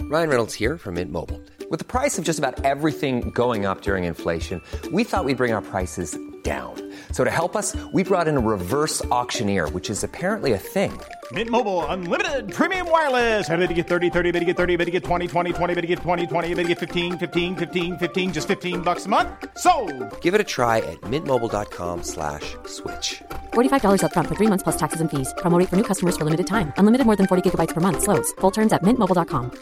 Ryan Reynolds here from Mint Mobile. With the price of just about everything going up during inflation, we thought we'd bring our prices down. So to help us, we brought in a reverse auctioneer, which is apparently a thing. Mint Mobile Unlimited Premium Wireless. How to get 30, 30, bit to get 30, bit to get 20, 20, 20, bit to get 20, 20, bit to get 15, 15, 15, 15, just $15 a month? Sold! Give it a try at mintmobile.com/switch. $45 up front for 3 months plus taxes and fees. Promo rate for new customers for limited time. Unlimited more than 40 gigabytes per month. Slows full terms at mintmobile.com.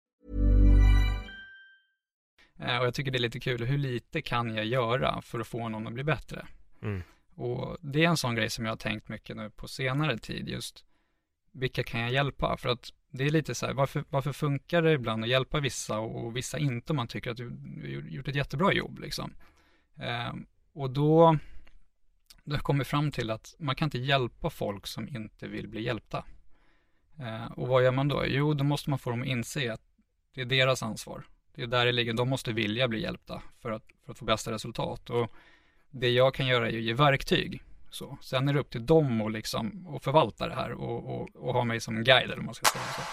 Och jag tycker det är lite kul. Hur lite kan jag göra för att få någon att bli bättre? Och det är en sån grej som jag har tänkt mycket nu på senare tid. Just vilka kan jag hjälpa? För att det är lite så här, varför funkar det ibland att hjälpa vissa och vissa inte om man tycker att du gjort ett jättebra jobb liksom. Och då kommer fram till att man kan inte hjälpa folk som inte vill bli hjälpta. Och vad gör man då? Jo, då måste man få dem att inse att det är deras ansvar. Det är där det ligger. De måste vilja bli hjälpta för att få bästa resultat. Och det jag kan göra är att ge verktyg. Sen är det upp till dem att förvalta det här och ha mig som en guide, eller om man ska säga så.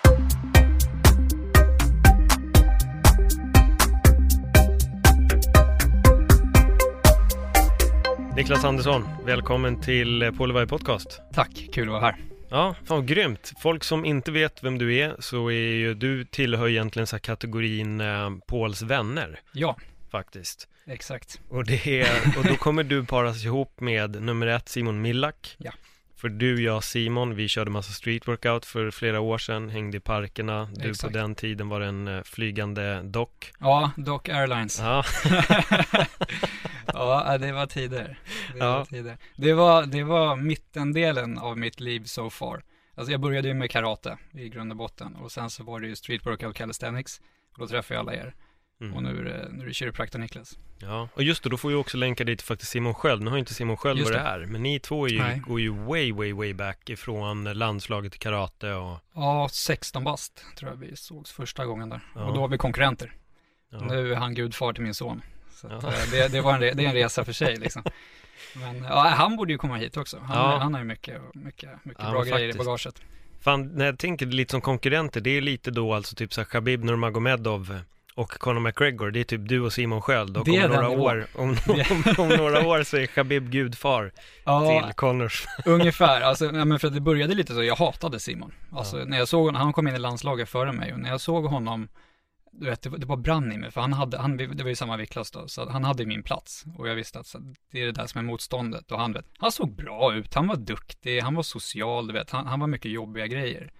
Niklas Andersson, välkommen till Polyvai Podcast. Tack, kul att vara här. Ja, fan grymt. Folk som inte vet vem du är, så är ju du tillhör egentligen så här kategorin Pauls vänner. Ja. Faktiskt. Exakt. Och då kommer du paras ihop med nummer 1 Simon Millak. Ja. För du, jag, Simon, vi körde massa street workout för flera år sedan, hängde i parkerna. Du Exakt. på den tiden var en flygande dock. Ja, Dock Airlines. Ja. Ja, det var tider. Det var mittendelen av mitt liv so far. Alltså jag började ju med karate i grund och botten. Och sen så var det ju street workout calisthenics. Och då träffade jag alla er. Och nu är det kiropraktor Niklas. Ja, och just då får jag också länka dit faktiskt Simon Sköld. Nu har inte Simon Sköld varit här, men ni två går ju way back ifrån landslaget i karate och... Ja, 16 bast tror jag vi sågs första gången där. Ja. Och då var vi konkurrenter. Ja. Nu är han gudfar till min son. Så att, det är en resa för sig liksom. Men han borde ju komma hit också. Han har ju mycket bra grejer i bagaget. Fan, när jag tänker lite som konkurrenter, det är lite då alltså typ så här Khabib Nurmagomedov och Conor McGregor, det är typ du och Simon Sköld. Och om några år så är Khabib gudfar till Conors. Ungefär, alltså, men för att det började lite så, jag hatade Simon. Alltså när jag såg honom, han kom in i landslaget före mig, och när jag såg honom, du vet, det bara brann i mig, för det var ju samma viktklass då, så han hade min plats, och jag visste att så, det är det där som är motståndet, och han såg bra ut, han var duktig, han var social, du vet, han var mycket jobbiga grejer.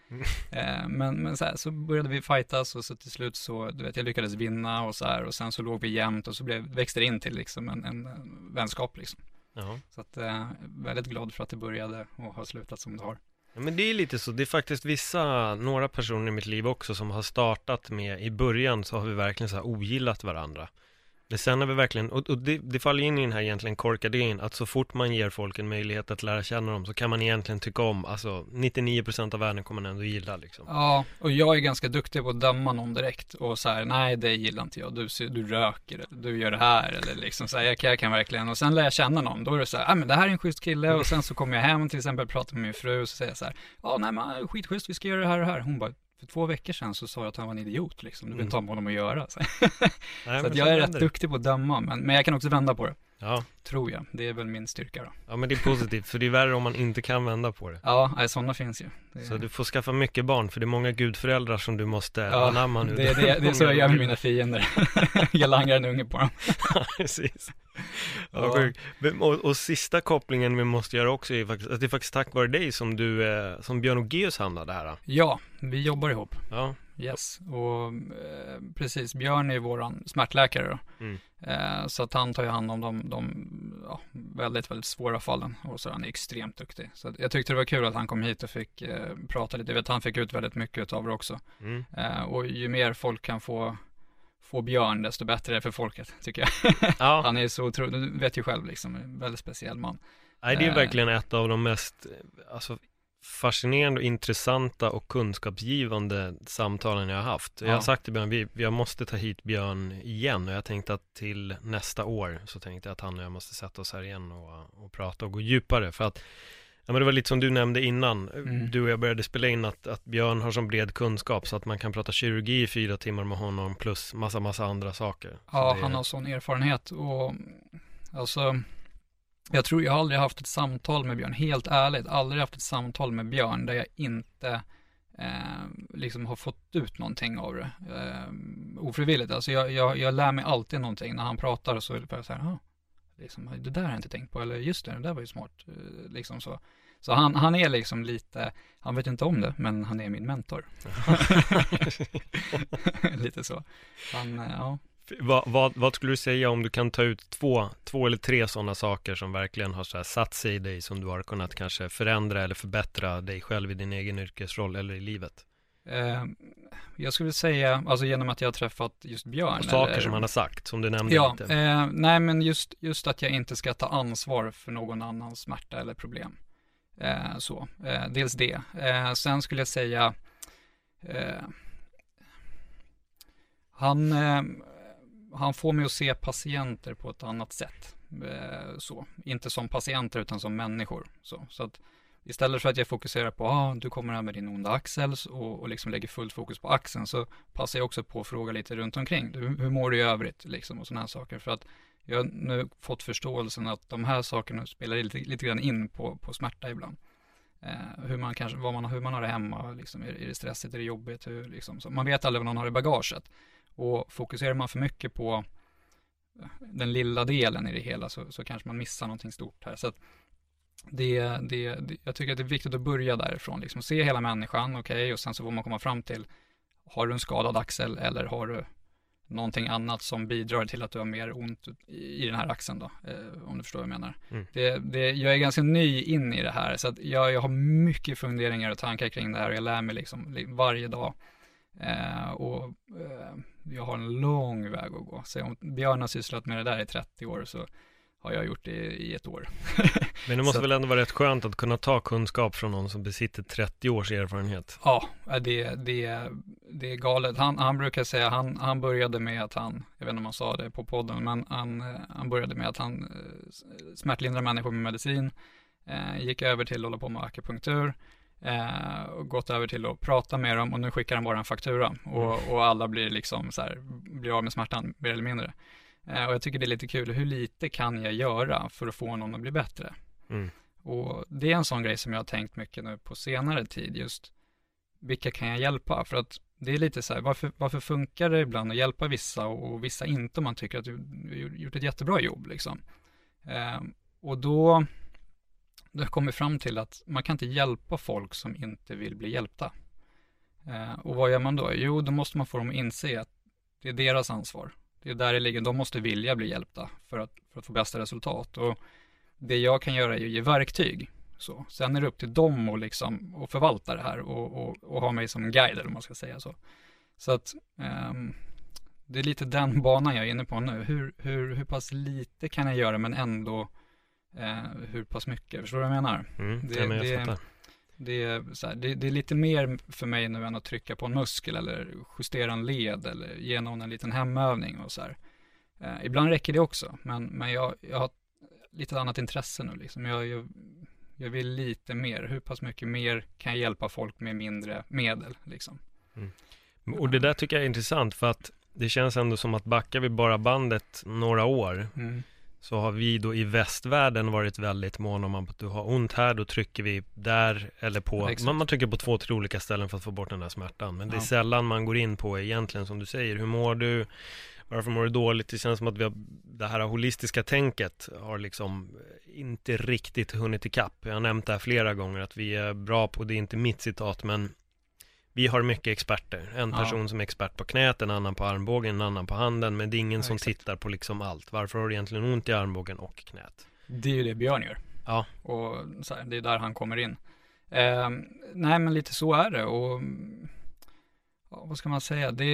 Men så började vi fightas, och så till slut så, du vet, jag lyckades vinna och så här, och sen så låg vi jämnt, och så växte det in till liksom en vänskap liksom. Så att väldigt glad för att det började och har slutat som det har. Ja, men det är lite så, det är faktiskt några personer i mitt liv också som har startat med, i början så har vi verkligen så här ogillat varandra. Men sen har vi verkligen, och det faller in i den här egentligen korkade grejen, att så fort man ger folk en möjlighet att lära känna dem så kan man egentligen tycka om, alltså 99% av världen kommer man ändå gilla liksom. Ja, och jag är ganska duktig på att döma någon direkt och så här, nej det gillar inte jag, du röker eller du gör det här eller liksom så här, jag kan verkligen, och sen lär jag känna någon, då är det så här, men det här är en schysst kille, och sen så kommer jag hem till exempel, pratar med min fru och så säger jag så här, nej men skitschysst, vi ska göra det här och här, hon bara, för 2 veckor sedan så sa jag att han var en idiot liksom. Du vill inte ha med honom att göra. Så att jag är rätt duktig på att döma, men jag kan också vända på det. Ja. Tror jag. Det är väl min styrka då. Ja, men det är positivt, för det är värre om man inte kan vända på det. Ja, sådana finns ju. Så du får skaffa mycket barn, för det är många gudföräldrar som du måste anamma nu. Det är så jag gör med mina fiender. Jag langar en unge på dem. Ja, precis. Ja. Och sista kopplingen vi måste göra också är faktiskt, att det är faktiskt tack vare dig som som Björn och Geus hamnade här. Ja, vi jobbar ihop. Ja. Yes, och precis, Björn är våran smärtläkare då. Så att han tar ju hand om de väldigt, väldigt svåra fallen, och så han är extremt duktig. Så jag tyckte det var kul att han kom hit och fick prata lite. Jag vet, han fick ut väldigt mycket av det också. Och ju mer folk kan få Björn, desto bättre är det för folket, tycker jag. Ja. Han är så otrolig, du vet ju själv liksom, en väldigt speciell man. Nej, det är verkligen ett av de mest fascinerande och intressanta och kunskapsgivande samtalen jag har haft. Jag har sagt till Björn, vi måste ta hit Björn igen, och jag tänkte att till nästa år så tänkte jag att han och jag måste sätta oss här igen och prata och gå djupare, för att Ja, men det var lite som du nämnde innan. Du och jag började spela in att Björn har som bred kunskap så att man kan prata kirurgi i 4 timmar med honom plus massa andra saker. Ja, han har sån erfarenhet och alltså jag tror jag har aldrig haft ett samtal med Björn, helt ärligt, aldrig haft ett samtal med Björn där jag inte liksom har fått ut någonting av det ofrivilligt. Alltså jag lär mig alltid någonting när han pratar, så är det så här, liksom, det där har jag inte tänkt på, eller just det där var ju smart, liksom så. Så han är liksom lite, han vet inte om det, men han är min mentor. Lite så. Ja. Vad skulle du säga om du kan ta ut två eller tre sådana saker som verkligen har så här satt sig i dig, som du har kunnat kanske förändra eller förbättra dig själv i din egen yrkesroll eller i livet? Jag skulle säga, alltså genom att jag har träffat just Björn. Och saker som han har sagt, som du nämnde lite. Nej, men just att jag inte ska ta ansvar för någon annans smärta eller problem. Dels det. Sen skulle jag säga han får mig att se patienter på ett annat sätt. Inte som patienter utan som människor. Så att istället för att jag fokuserar på du kommer här med din onda axel och liksom lägger fullt fokus på axeln, så passar jag också på att fråga lite runt omkring. Hur mår du i övrigt liksom, och sådana här saker. För att jag har nu fått förståelsen att de här sakerna spelar lite grann in på smärta ibland. Hur man har det hemma, liksom, är det stressigt, är det jobbigt, liksom, så man vet aldrig vad någon har i bagaget. Och fokuserar man för mycket på den lilla delen i det hela, så kanske man missar någonting stort här. Så att jag tycker att det är viktigt att börja därifrån, liksom, se hela människan, okej, och sen så får man komma fram till, har du en skadad axel eller har du någonting annat som bidrar till att du har mer ont i den här axeln då, om du förstår vad jag menar. Jag är ganska ny in i det här, så att jag har mycket funderingar och tankar kring det här, och jag lär mig liksom varje dag. Jag har en lång väg att gå. Så om Björn har sysslat med det där i 30 år, så har jag gjort det i 1 år. Men det måste väl ändå vara rätt skönt att kunna ta kunskap från någon som besitter 30 års erfarenhet. Ja, det är galet. Han brukar säga, han började med att jag vet inte om han sa det på podden, men han började med att han smärtlindrar människor med medicin, gick över till att hålla på med akupunktur, och gått över till att prata med dem, och nu skickar han bara en faktura och alla blir liksom så här, blir av med smärtan mer eller mindre. Och jag tycker det är lite kul, hur lite kan jag göra för att få någon att bli bättre. Och det är en sån grej som jag har tänkt mycket nu på senare tid, just vilka kan jag hjälpa, för att det är lite så här, varför funkar det ibland att hjälpa vissa och vissa inte, om man tycker att du gjort ett jättebra jobb liksom. Och då kommer fram till att man kan inte hjälpa folk som inte vill bli hjälpta. Och vad gör man då? Jo, då måste man få dem att inse att det är deras ansvar. Det är där det ligger. De måste vilja bli hjälpta för att få bästa resultat. Och det jag kan göra är att ge verktyg. Så. Sen är det upp till dem att liksom, förvalta det här och ha mig som guide, eller man ska säga så. Så att det är lite den banan jag är inne på nu. Hur pass lite kan jag göra, men ändå hur pass mycket? Förstår du vad jag menar? Det är lite mer för mig nu än att trycka på en muskel eller justera en led eller ge någon en liten hemövning och så här. Ibland räcker det också, men jag har lite annat intresse nu liksom. Jag vill lite mer. Hur pass mycket mer kan jag hjälpa folk med mindre medel liksom? Och det där tycker jag är intressant, för att det känns ändå som att backar vi bara bandet några år, så har vi då i västvärlden varit väldigt måna om att du har ont här, då trycker vi där eller på, man trycker på 2-3 olika ställen för att få bort den här smärtan, men det är sällan man går in på egentligen, som du säger, hur mår du, varför mår du dåligt. Det känns som att det här holistiska tänket har liksom inte riktigt hunnit ikapp. Jag har nämnt det här flera gånger, att vi är bra på, det är inte mitt citat, men vi har mycket experter. En person som är expert på knät, en annan på armbågen, en annan på handen, men det är ingen som tittar på liksom allt. Varför har du egentligen ont i armbågen och knät? Det är ju det Björn gör. Ja. Och så här, det är där han kommer in. Nej, men lite så är det. Och vad ska man säga? Det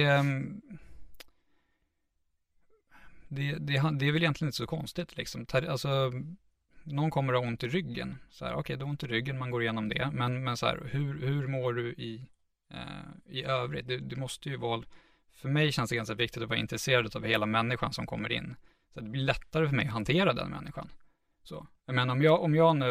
är väl egentligen inte så konstigt liksom. Alltså, någon kommer att ha ont i ryggen. Så här, okej, du har ont i ryggen, man går igenom det. Men så här, hur mår du i övrigt? Det måste ju vara, för mig känns det ganska viktigt att vara intresserad av hela människan som kommer in. Så det blir lättare för mig att hantera den människan. Så. Jag menar, om jag nu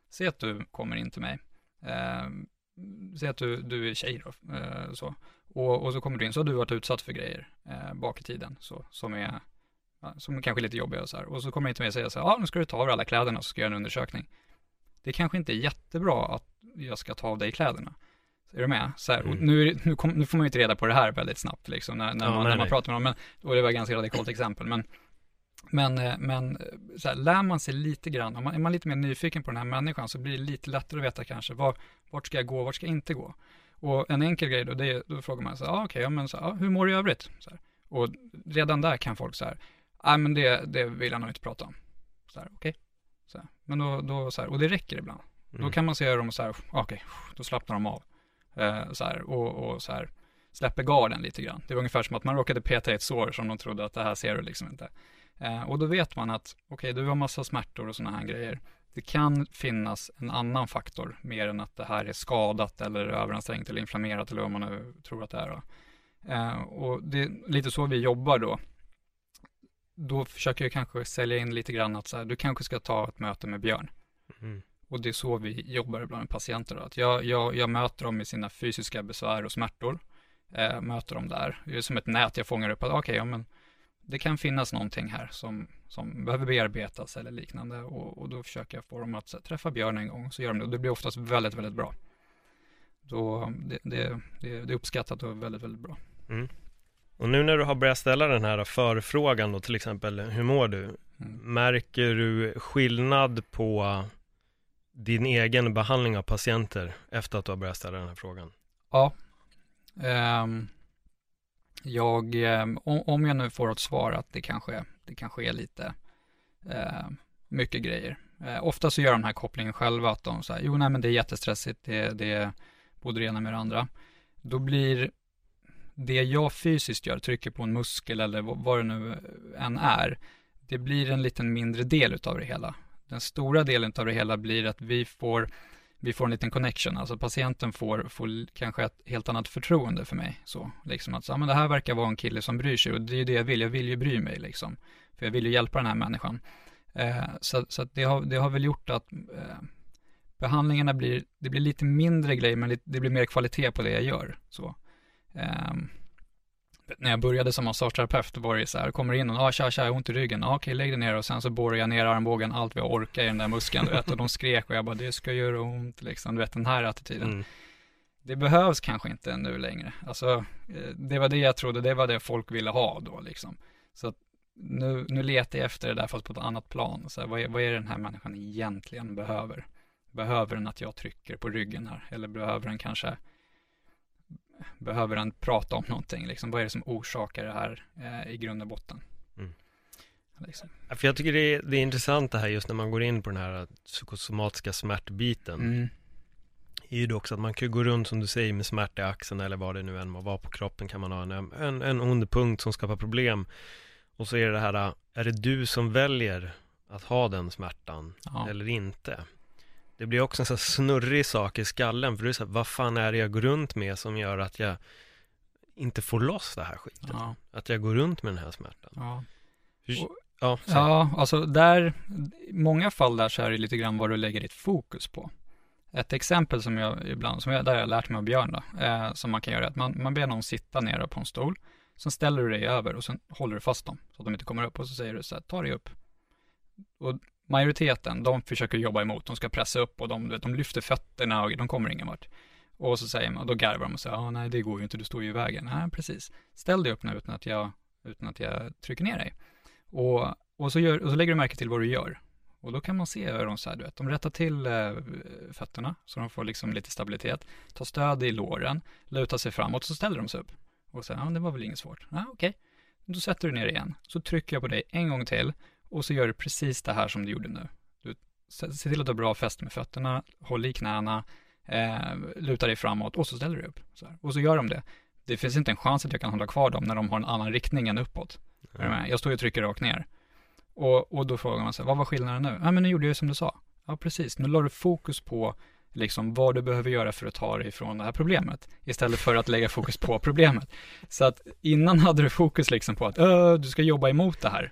Säg att du kommer in till mig. Säg att du är tjej då. Så. Och så kommer du in, så har du varit utsatt för grejer bak i tiden. Så, som är kanske lite jobbiga och så här. Och så kommer du in till mig och säger så här, nu ska du ta av alla kläderna och så ska jag göra en undersökning. Det kanske inte är jättebra att jag ska ta av dig kläderna. Är du med? Så här, och nu får man ju inte reda på det här väldigt snabbt liksom, när man pratar med dem. Och det var ett ganska radikalt exempel. Men så här, lär man sig lite grann, är man lite mer nyfiken på den här människan, så blir det lite lättare att veta kanske vart ska jag gå, vart ska jag inte gå. Och en enkel grej då, då frågar man så här, hur mår du i övrigt? Så här. Och redan där kan folk så här, men det vill jag nog inte prata om. Så här, okej. Så här. Men då så här, och det räcker ibland. Då kan man se dem och så här, då slappnar de av. Så här, och så här, släpper garden lite grann. Det var ungefär som att man råkade peta i ett sår som de trodde att det här ser du liksom inte. Och då vet man att du har massa smärtor och såna här grejer. Det kan finnas en annan faktor mer än att det här är skadat eller överansträngt eller inflammerat eller vad man nu tror att det är. Och det är lite så vi jobbar då. Då försöker jag kanske sälja in lite grann att så här, du kanske ska ta ett möte med Björn. Och det är så vi jobbar ibland med patienter då. Att jag möter dem i sina fysiska besvär och smärtor. Möter dem där. Det är som ett nät jag fångar upp att men det kan finnas någonting här som behöver bearbetas eller liknande. Och då försöker jag få dem att träffa Björn en gång. Så gör de det. Och det blir oftast väldigt, väldigt bra. Då, det är uppskattat och väldigt, väldigt bra. Och nu när du har börjat ställa den här förfrågan då, till exempel, hur mår du? Märker du skillnad på din egen behandling av patienter efter att du har börjat ställa den här frågan? Ja. Om jag nu får ett svar att det kanske är lite mycket grejer. Ofta så gör de här kopplingen själva att de säger, men det är jättestressigt, det är både det ena med det andra. Då blir det jag fysiskt gör, trycker på en muskel eller vad det nu än är, det blir en liten mindre del utav det hela. Den stora delen av det hela blir att vi får en liten connection. Alltså patienten får kanske ett helt annat förtroende för mig. Så liksom att men det här verkar vara en kille som bryr sig och det är det jag vill. Jag vill ju bry mig liksom. För jag vill ju hjälpa den här människan. Så att det har väl gjort att behandlingarna blir lite mindre grejer, men det blir mer kvalitet på det jag gör. Så. När jag började som massageterapeut var det så här, kommer in och jag har ont i ryggen, okej, lägg det ner, och sen så borrar jag ner armbågen allt vad jag orkar i den där muskeln, du vet, och de skrek och jag bara, det ska göra ont liksom, du vet, den här attityden. Det behövs kanske inte nu längre, alltså det var det jag trodde, det var det folk ville ha då liksom, så att nu letar jag efter det där fast på ett annat plan, så här, vad är den här människan egentligen behöver den att jag trycker på ryggen här, eller behöver den prata om någonting liksom, vad är det som orsakar det här i grund och botten liksom. För jag tycker det är intressant det här just när man går in på den här psykosomatiska smärtbiten är ju det också att man kan gå runt som du säger med smärta i axeln eller vad det nu än må vara på kroppen, kan man ha en ond punkt som skapar problem, och så är det här, är det du som väljer att ha den smärtan eller inte? Det blir också en sån snurrig sak i skallen, för det är så här, vad fan är det jag går runt med som gör att jag inte får loss det här skiten? Att jag går runt med den här smärtan. Alltså där, i många fall där så är det lite grann vad du lägger ditt fokus på. Ett exempel som jag där jag lärt mig av Björn då, som man kan göra, att man ber någon sitta nere på en stol, sen ställer du dig över och sen håller du fast dem så att de inte kommer upp, och så säger du så här, ta dig upp. Och majoriteten, de försöker jobba emot, de ska pressa upp och de lyfter fötterna och de kommer ingen vart. Och så säger man, då garvar de och säger, nej det går ju inte, du står ju i vägen. Nej, precis. Ställ dig upp nu utan att jag trycker ner dig. Och så lägger du märke till vad du gör. Och då kan man se hur de rättar till fötterna så de får liksom lite stabilitet. Ta stöd i låren, luta sig framåt, så ställer de sig upp. Och säger, det var väl inget svårt. Okej. Då sätter du ner igen. Så trycker jag på dig en gång till. Och så gör du precis det här som du gjorde nu. Du ser till att du har bra fäste med fötterna, håll i knäna, luta dig framåt och så ställer du upp. Så här. Och så gör de det. Det finns inte en chans att jag kan hålla kvar dem när de har en annan riktning än uppåt. Jag står och trycker rakt ner. Och då frågar man sig, vad var skillnaden nu? Men nu gjorde jag som du sa. Ja, precis. Nu la du fokus på liksom vad du behöver göra för att ta dig ifrån det här problemet, istället för att lägga fokus på problemet. Så att innan hade du fokus liksom på att du ska jobba emot det här.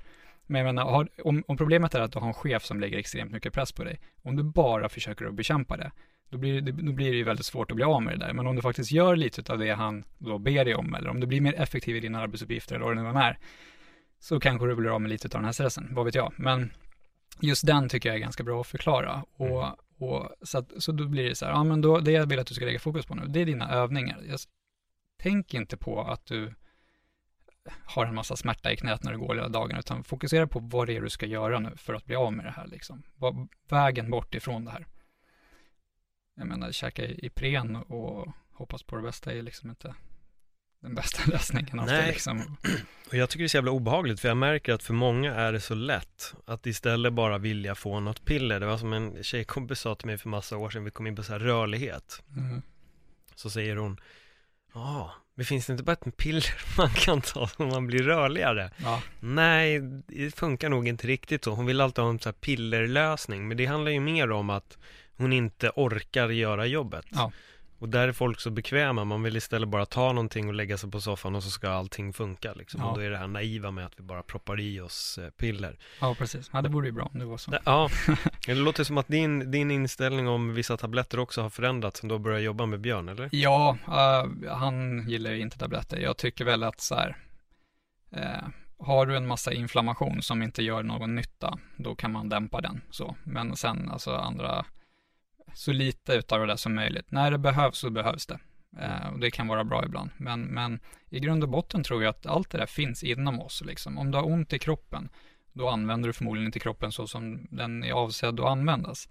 Men jag menar, om problemet är att du har en chef som lägger extremt mycket press på dig, om du bara försöker att bekämpa det, då blir det ju väldigt svårt att bli av med det där. Men om du faktiskt gör lite av det han då ber dig om, eller om du blir mer effektiv i dina arbetsuppgifter eller vad det nu är, så kanske du blir av med lite av den här stressen, vad vet jag. Men just den tycker jag är ganska bra att förklara. Och så då blir det så här, ja men då, det jag vill att du ska lägga fokus på nu, det är dina övningar. Tänk inte på att du har en massa smärta i knät när du går hela dagen, utan fokusera på vad det är du ska göra nu för att bli av med det här liksom. Vägen bort ifrån det här. Jag menar, käka Ipren och hoppas på det bästa är liksom inte den bästa lösningen. Nej, liksom. Och jag tycker det är så jävla obehagligt, för jag märker att för många är det så lätt att istället bara vilja få något piller. Det var som en tjejkompis sa till mig för massa år sedan, vi kom in på så här rörlighet. Så säger hon, det finns inte bara ett piller man kan ta om man blir rörligare. Ja. Nej, det funkar nog inte riktigt så. Hon vill alltid ha en så här pillerlösning, men det handlar ju mer om att hon inte orkar göra jobbet. Ja. Och där är folk så bekväma, man vill istället bara ta någonting och lägga sig på soffan och så ska allting funka liksom. Ja. Och då är det här naiva med att vi bara proppar i oss piller. Ja, precis. Ja, det vore ju bra om det var så. Ja, det låter som att din inställning om vissa tabletter också har förändrats sen du började jobba med Björn, eller? Ja, han gillar ju inte tabletter. Jag tycker väl att så här, har du en massa inflammation som inte gör någon nytta, då kan man dämpa den. Så. Men sen alltså andra, så lite utav det där som möjligt. När det behövs så behövs det. Och det kan vara bra ibland. Men i grund och botten tror jag att allt det där finns inom oss. Liksom. Om du har ont i kroppen, då använder du förmodligen inte kroppen så som den är avsedd att användas.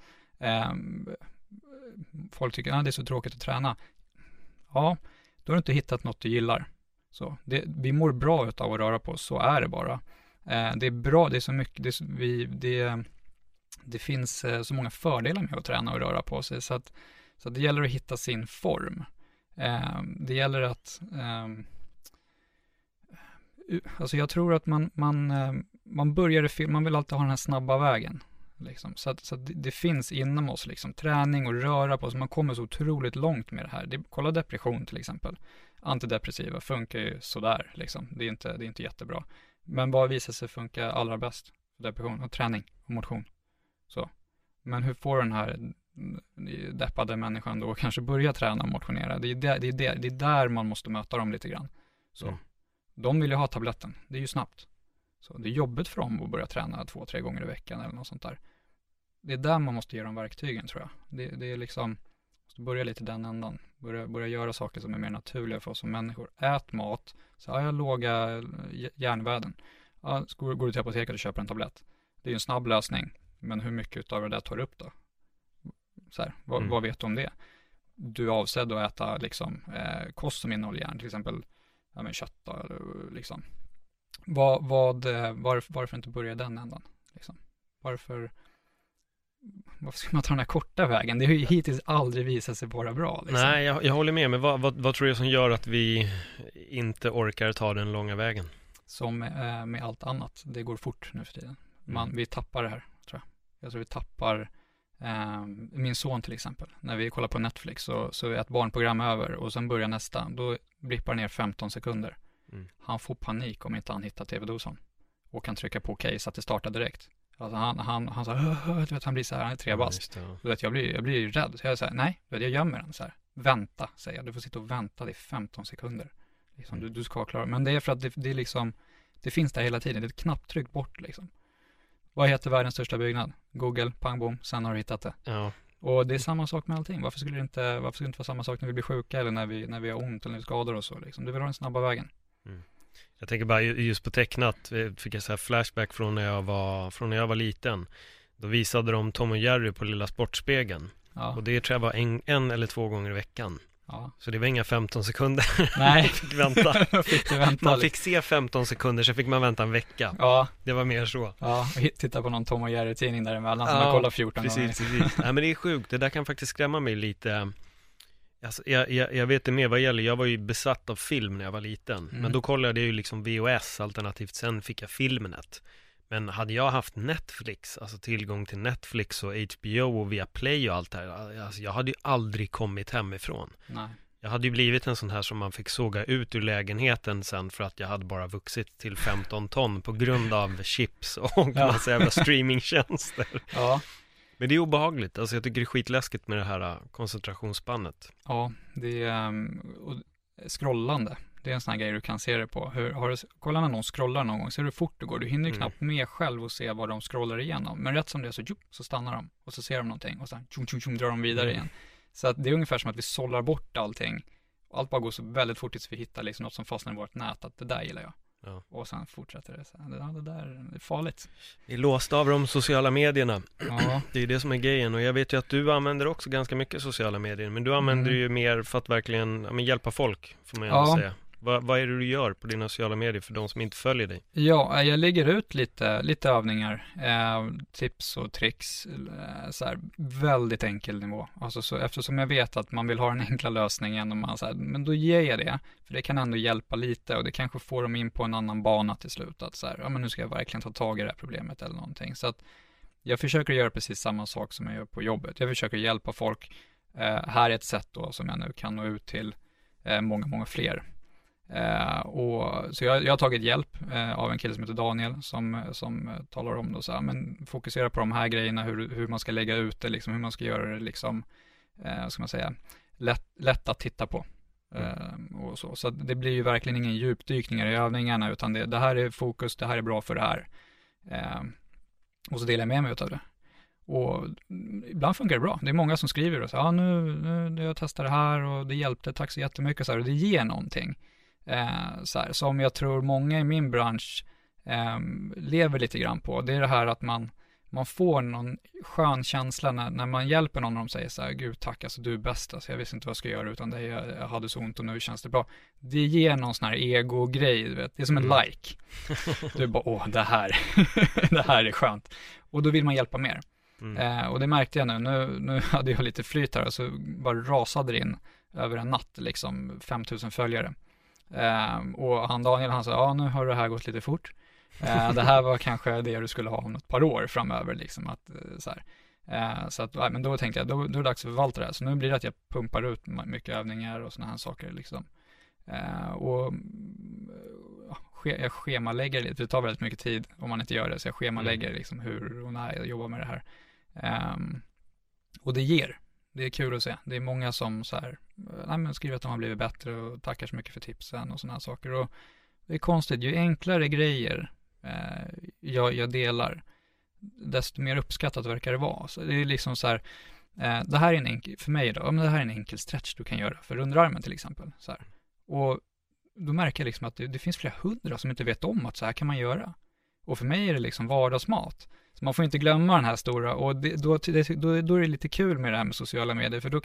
Folk tycker att det är så tråkigt att träna. Ja, då har du inte hittat något du gillar. Så vi mår bra utav att röra på oss, så är det bara. Det är bra, det är så mycket, det finns så många fördelar med att träna och röra på sig, så att det gäller att hitta sin form. Det gäller att alltså jag tror att man börjar, man vill alltid ha den här snabba vägen liksom. Så att det finns inom oss liksom, träning och röra på sig. Man kommer så otroligt långt med det här. Kolla depression till exempel. Antidepressiva funkar ju sådär liksom. Det är inte jättebra. Men vad visar sig funka allra bäst? Depression och träning och motion. Så. Men hur får den här deppade människan då kanske börja träna och motionera? Det är där man måste möta dem lite grann. Så. De vill ju ha tabletten. Det är ju snabbt. Så det är jobbigt för dem att börja träna 2-3 gånger i veckan eller något sånt där. Det är där man måste ge dem verktygen, tror jag. Det är liksom, måste börja lite den ändan. Börja göra saker som är mer naturliga för oss som människor. Ät mat. Så jag har låga järnvärden. Går du till apoteket och köper en tablett. Det är ju en snabb lösning. Men hur mycket av det där tar upp då? Så här, vad vet du om det? Du är avsedd att äta liksom, kost som innehåller järn. Till exempel kött liksom. Varför inte börja den ändan? Liksom? Varför ska man ta den här korta vägen? Det har ju hittills aldrig visat sig vara bra. Liksom. Nej, jag håller med. Men vad tror du som gör att vi inte orkar ta den långa vägen? Som med allt annat. Det går fort nu för tiden. Vi tappar det här, tror jag. Jag tror vi tappar min son till exempel. När vi kollar på Netflix så är ett barnprogram över och sen börjar nästa. Då blippar ner 15 sekunder. Han får panik om inte han hittar tv-dosan. Och kan trycka på okej så att det startar direkt. Alltså han så här, han blir så här, han är 3 bast. Jag blir rädd. Så jag säger nej, jag gömmer den så här. Vänta, säger jag. Du får sitta och vänta, det är 15 sekunder. Liksom, du ska klara. Men det är för att det är liksom, det finns där hela tiden. Det är ett knapptryck bort liksom. Vad heter världens största byggnad? Google, pang bom, sen har du hittat det. Ja. Och det är samma sak med allting. Varför skulle det inte vara samma sak när vi blir sjuka eller när vi har ont eller när vi skadar oss så liksom. Du vill ha den snabba vägen. Jag tänker bara just på tecknat, fick jag så här flashback från när jag var liten. Då visade de Tom och Jerry på Lilla Sportspegeln. Ja. Och det tror jag var en eller 2 gånger i veckan. Ja. Så det var inga 15 sekunder. Nej. Fick vänta. Man fick se 15 sekunder, så fick man vänta en vecka. Ja. Det var mer så. Ja, titta på någon Tom och Jerry-tidning däremellan som man kollar 14 gånger. Precis. Nej, men det är sjukt. Det där kan faktiskt skrämma mig lite. Alltså, jag vet det mer vad gäller. Jag var ju besatt av film när jag var liten. Men då kollade jag ju liksom VHS alternativt. Sen fick jag Filmnet. Men hade jag haft Netflix, alltså tillgång till Netflix och HBO och Viaplay och allt det här, alltså jag hade ju aldrig kommit hemifrån. Nej. Jag hade ju blivit en sån här som man fick såga ut ur lägenheten sen för att jag hade bara vuxit till 15 ton på grund av chips och massa jävla streamingtjänster. Ja. Men det är obehagligt. Alltså jag tycker det är skitläskigt med det här koncentrationsspannet. Ja, det är scrollande. Det är en sån här grej du kan se det på. Kolla när någon scrollar någon gång, ser du hur fort det går. Du hinner ju knappt med själv och se vad de scrollar igenom. Men rätt som det är så stannar de. Och så ser de någonting och sen drar de vidare igen. Så att det är ungefär som att vi sållar bort allting. Allt bara går så väldigt fort tills vi hittar liksom något som fastnar i vårt nät. Att det där gillar jag. Ja. Och sen fortsätter det. Så det där är farligt. Vi är låsta av de sociala medierna. Ja. Det är det som är grejen. Och jag vet ju att du använder också ganska mycket sociala medier. Men du använder ju mer för att verkligen hjälpa folk, får man ändå säga. Vad är det du gör på dina sociala medier för de som inte följer dig? Ja, jag lägger ut lite övningar, tips och tricks, så här, väldigt enkel nivå. Alltså så, eftersom jag vet att man vill ha en enkla lösning och man så här, men då ger jag det, för det kan ändå hjälpa lite och det kanske får dem in på en annan bana till slut. Att så här, ja men nu ska jag verkligen ta tag i det här problemet eller någonting. Så att jag försöker göra precis samma sak som jag gör på jobbet. Jag försöker hjälpa folk. Här är ett sätt då som jag nu kan nå ut till många fler. Så jag har tagit hjälp av en kille som heter Daniel som talar om det så här, men fokusera på de här grejerna, hur man ska lägga ut det, liksom, hur man ska göra det liksom, ska man säga, lätt att titta på. Och så det blir ju verkligen ingen djupdykningar i övningarna, utan det här är fokus, det här är bra för det här. Och så delar jag med mig av det. Och ibland funkar det bra. Det är många som skriver och så nu jag testar det här och det hjälpte, tack så jättemycket, så här, och det ger någonting. Som jag tror många i min bransch lever lite grann på. Det är det här att man får någon skön känsla när man hjälper någon och de säger så här, gud tack, alltså du är bäst, alltså, jag visste inte vad jag ska göra utan det, jag hade så ont och nu känns det bra. Det ger någon sån här ego-grej, du vet. Det är som en like. Du är bara, det här det här är skönt. Och då vill man hjälpa mer. Och det märkte jag nu hade jag lite flyt här och så bara rasade det in över en natt liksom 5000 följare. Och Daniel han sa, nu har det här gått lite fort. Det här var kanske det du skulle ha om ett par år framöver liksom, att, så att, men då tänkte jag, då är det dags att förvalta det här. Så nu blir det att jag pumpar ut mycket övningar och såna här saker liksom. Och jag schemalägger lite, det tar väldigt mycket tid om man inte gör det, så jag schemalägger liksom hur och när jag jobbar med det här. Och det är kul att se. Det är många som så här, skriver att de har blivit bättre och tackar så mycket för tipsen och såna här saker. Och det är konstigt, ju enklare grejer jag delar, desto mer uppskattat verkar det vara. Så det är liksom så här, det här är en enkel, för mig då, det här är en enkel stretch du kan göra för underarmen till exempel. Så här. Och då märker jag liksom att det finns flera hundra som inte vet om att så här kan man göra. Och för mig är det liksom vardagsmat. Så man får inte glömma den här stora, och då är det lite kul med det här med sociala medier, för då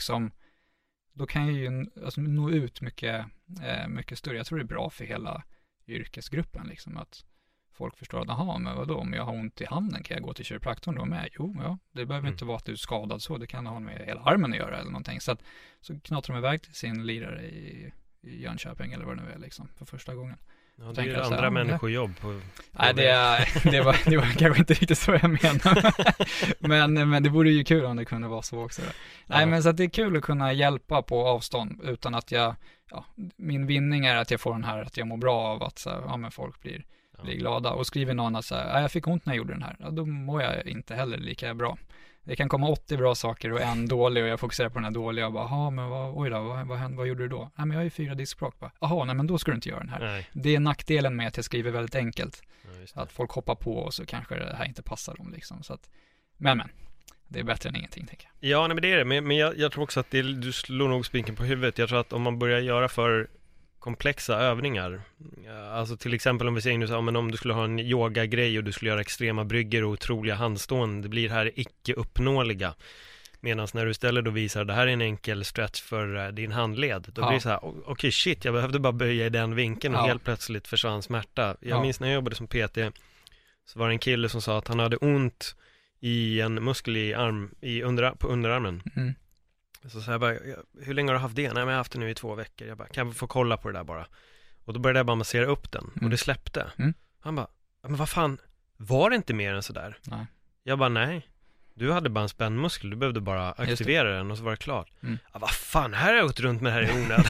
kan jag ju alltså, nå ut mycket större. Jag tror det är bra för hela yrkesgruppen liksom, att folk förstår att, men vadå, om jag har ont i handen kan jag gå till kiropraktorn då med? Jo, ja, det behöver inte vara att du är skadad så, det kan ha med hela armen att göra eller någonting. Så knatar de iväg till sin lirare i Jönköping eller vad det nu är liksom, för första gången. Ja, det är ju andra människojobb. Nej, det var kanske inte riktigt så jag menar. men det vore ju kul om det kunde vara så också. Nej, men så att det är kul att kunna hjälpa på avstånd utan att min vinning är att jag får den här, att jag mår bra av att så här, men folk blir glada. Och skriver någon att så här, jag fick ont när jag gjorde den här. Ja, då mår jag inte heller lika bra. Det kan komma 80 bra saker och en dålig, och jag fokuserar på den här dåliga och bara, men vad gjorde du då? Nej, men jag har ju 4 diskbråck. Nej, men då ska du inte göra den här. Nej. Det är nackdelen med att jag skriver väldigt enkelt. Ja, att folk hoppar på och så kanske det här inte passar dem liksom. Så att, men, det är bättre än ingenting, tänker jag. Ja, nej, men det är det. Men jag tror också att du slår nog spinken på huvudet. Jag tror att om man börjar göra för komplexa övningar, alltså till exempel om vi säger nu så, men om du skulle ha en yogagrej och du skulle göra extrema brygger och otroliga handstånd, det blir här icke uppnåeliga. Medan när du istället då visar det här är en enkel stretch för din handled, då blir det så här, okej, shit, jag behövde bara böja i den vinkeln och helt plötsligt försvann smärta. Jag minns när jag jobbade som PT, så var det en kille som sa att han hade ont i en muskel på underarmen. Så jag bara, hur länge har du haft det? Nej, men jag har haft det nu i 2 veckor. Jag bara, kan jag få kolla på det där bara? Och då började jag bara massera upp den. Och det släppte. Han bara, men vad fan, var det inte mer än sådär? Nej. Jag bara, nej. Du hade bara en spännmuskel, du behövde bara aktivera den och så var det klart. Vad fan, här har jag gått runt med det här i onödan.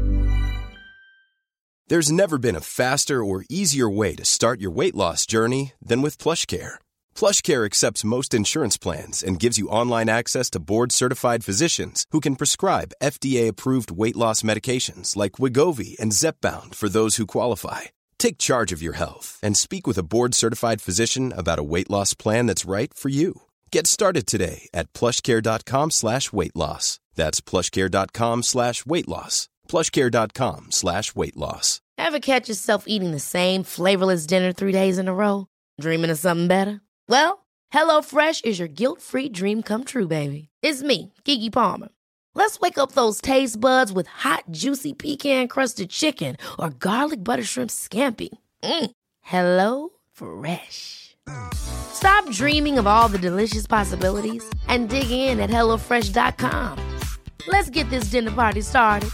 There's never been a faster or easier way to start your weight loss journey than with PlushCare. PlushCare accepts most insurance plans and gives you online access to board-certified physicians who can prescribe FDA-approved weight loss medications like Wegovy and Zepbound for those who qualify. Take charge of your health and speak with a board-certified physician about a weight loss plan that's right for you. Get started today at plushcare.com/weightloss. That's plushcare.com/weightloss. plushcare.com/weightloss. Ever catch yourself eating the same flavorless dinner 3 days in a row? Dreaming of something better? Well, HelloFresh is your guilt-free dream come true, baby. It's me, Keke Palmer. Let's wake up those taste buds with hot, juicy pecan-crusted chicken or garlic butter shrimp scampi. Hello Fresh. Stop dreaming of all the delicious possibilities and dig in at HelloFresh.com. Let's get this dinner party started.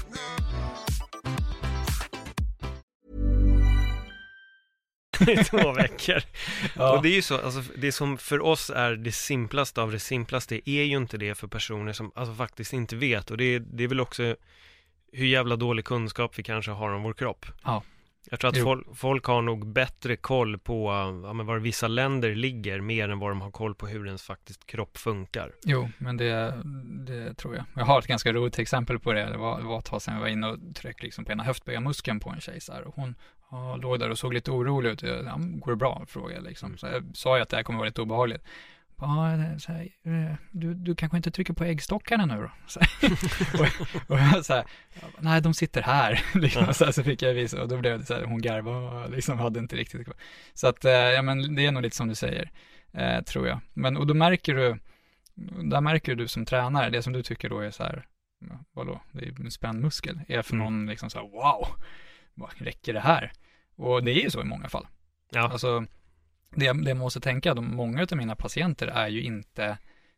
I 2 veckor. Och det är ju så, alltså, det som för oss är det simplaste av det simplaste är ju inte det för personer som alltså faktiskt inte vet. Och det är väl också hur jävla dålig kunskap vi kanske har om vår kropp. Ja. Jag tror att folk har nog bättre koll på var vissa länder ligger mer än vad de har koll på hur ens faktiskt kropp funkar. Jo, men det tror jag. Jag har ett ganska roligt exempel på det. Det var ett tag sedan jag var inne och tryckte liksom på ena höftböjarmuskeln på en tjej så här, och hon låg där och såg lite orolig ut. Går det bra? Frågade jag liksom. Så jag sa ju att det här kommer vara lite obehagligt. Så här, du kanske inte trycker på äggstockarna nu då? Så och jag så här, nej, de sitter här. Liksom, så fick jag visa, och då blev det så här, hon garvade liksom, hade inte riktigt kvar. Så att, ja, men det är nog lite som du säger, tror jag. Men, och då märker du som tränare, det som du tycker då är så här, vadå, det är en spänd muskel, är för någon liksom så här, wow, vad räcker det här? Och det är ju så i många fall. Ja. Alltså, det man måste tänka, många av mina patienter är ju inte,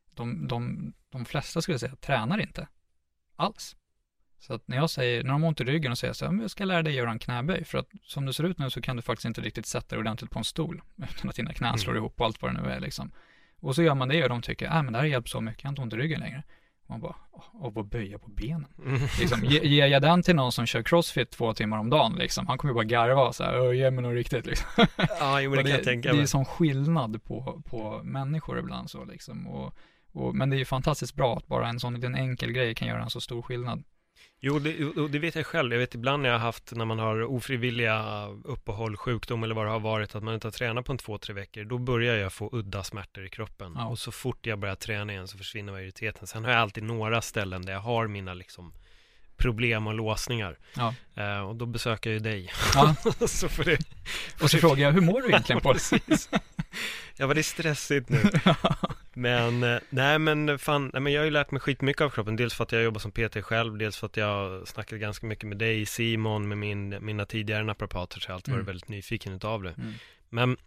de flesta skulle jag säga, tränar inte alls. Så att när de har ont i ryggen och säger så här, jag ska lära dig göra en knäböj, för att som det ser ut nu så kan du faktiskt inte riktigt sätta dig ordentligt på en stol utan att dina knän slår ihop och allt vad det nu är liksom. Och så gör man det och de tycker, men det här hjälper så mycket, jag har inte ont i ryggen längre. Och man bara, vad böja på benen. Liksom, ger jag den till någon som kör crossfit 2 timmar om dagen liksom, han kommer ju bara garva och så här, ge mig något riktigt liksom. Ja, jo, men det kan jag tänka mig. Det är sån skillnad på människor ibland så liksom, men det är ju fantastiskt bra att bara en sån liten enkel grej kan göra en så stor skillnad. Jo, det vet jag själv. Jag vet ibland när jag har haft, när man har ofrivilliga uppehåll, sjukdom eller vad det har varit, att man inte har tränat på 2-3 veckor, då börjar jag få udda smärtor i kroppen. Ja. Och så fort jag börjar träna igen så försvinner majoriteten. Sen har jag alltid några ställen där jag har mina liksom problem och låsningar. Ja. Och då besöker jag ju dig. Ja. Så får det... Och så frågar jag, hur mår du egentligen på det? Ja, det är stressigt nu. Men men jag har ju lärt mig skitmycket av kroppen. Dels för att jag jobbar som PT själv, dels för att jag har snackat ganska mycket med dig, Simon, med mina tidigare naprapater, så jag har alltid varit väldigt nyfiken utav det. Men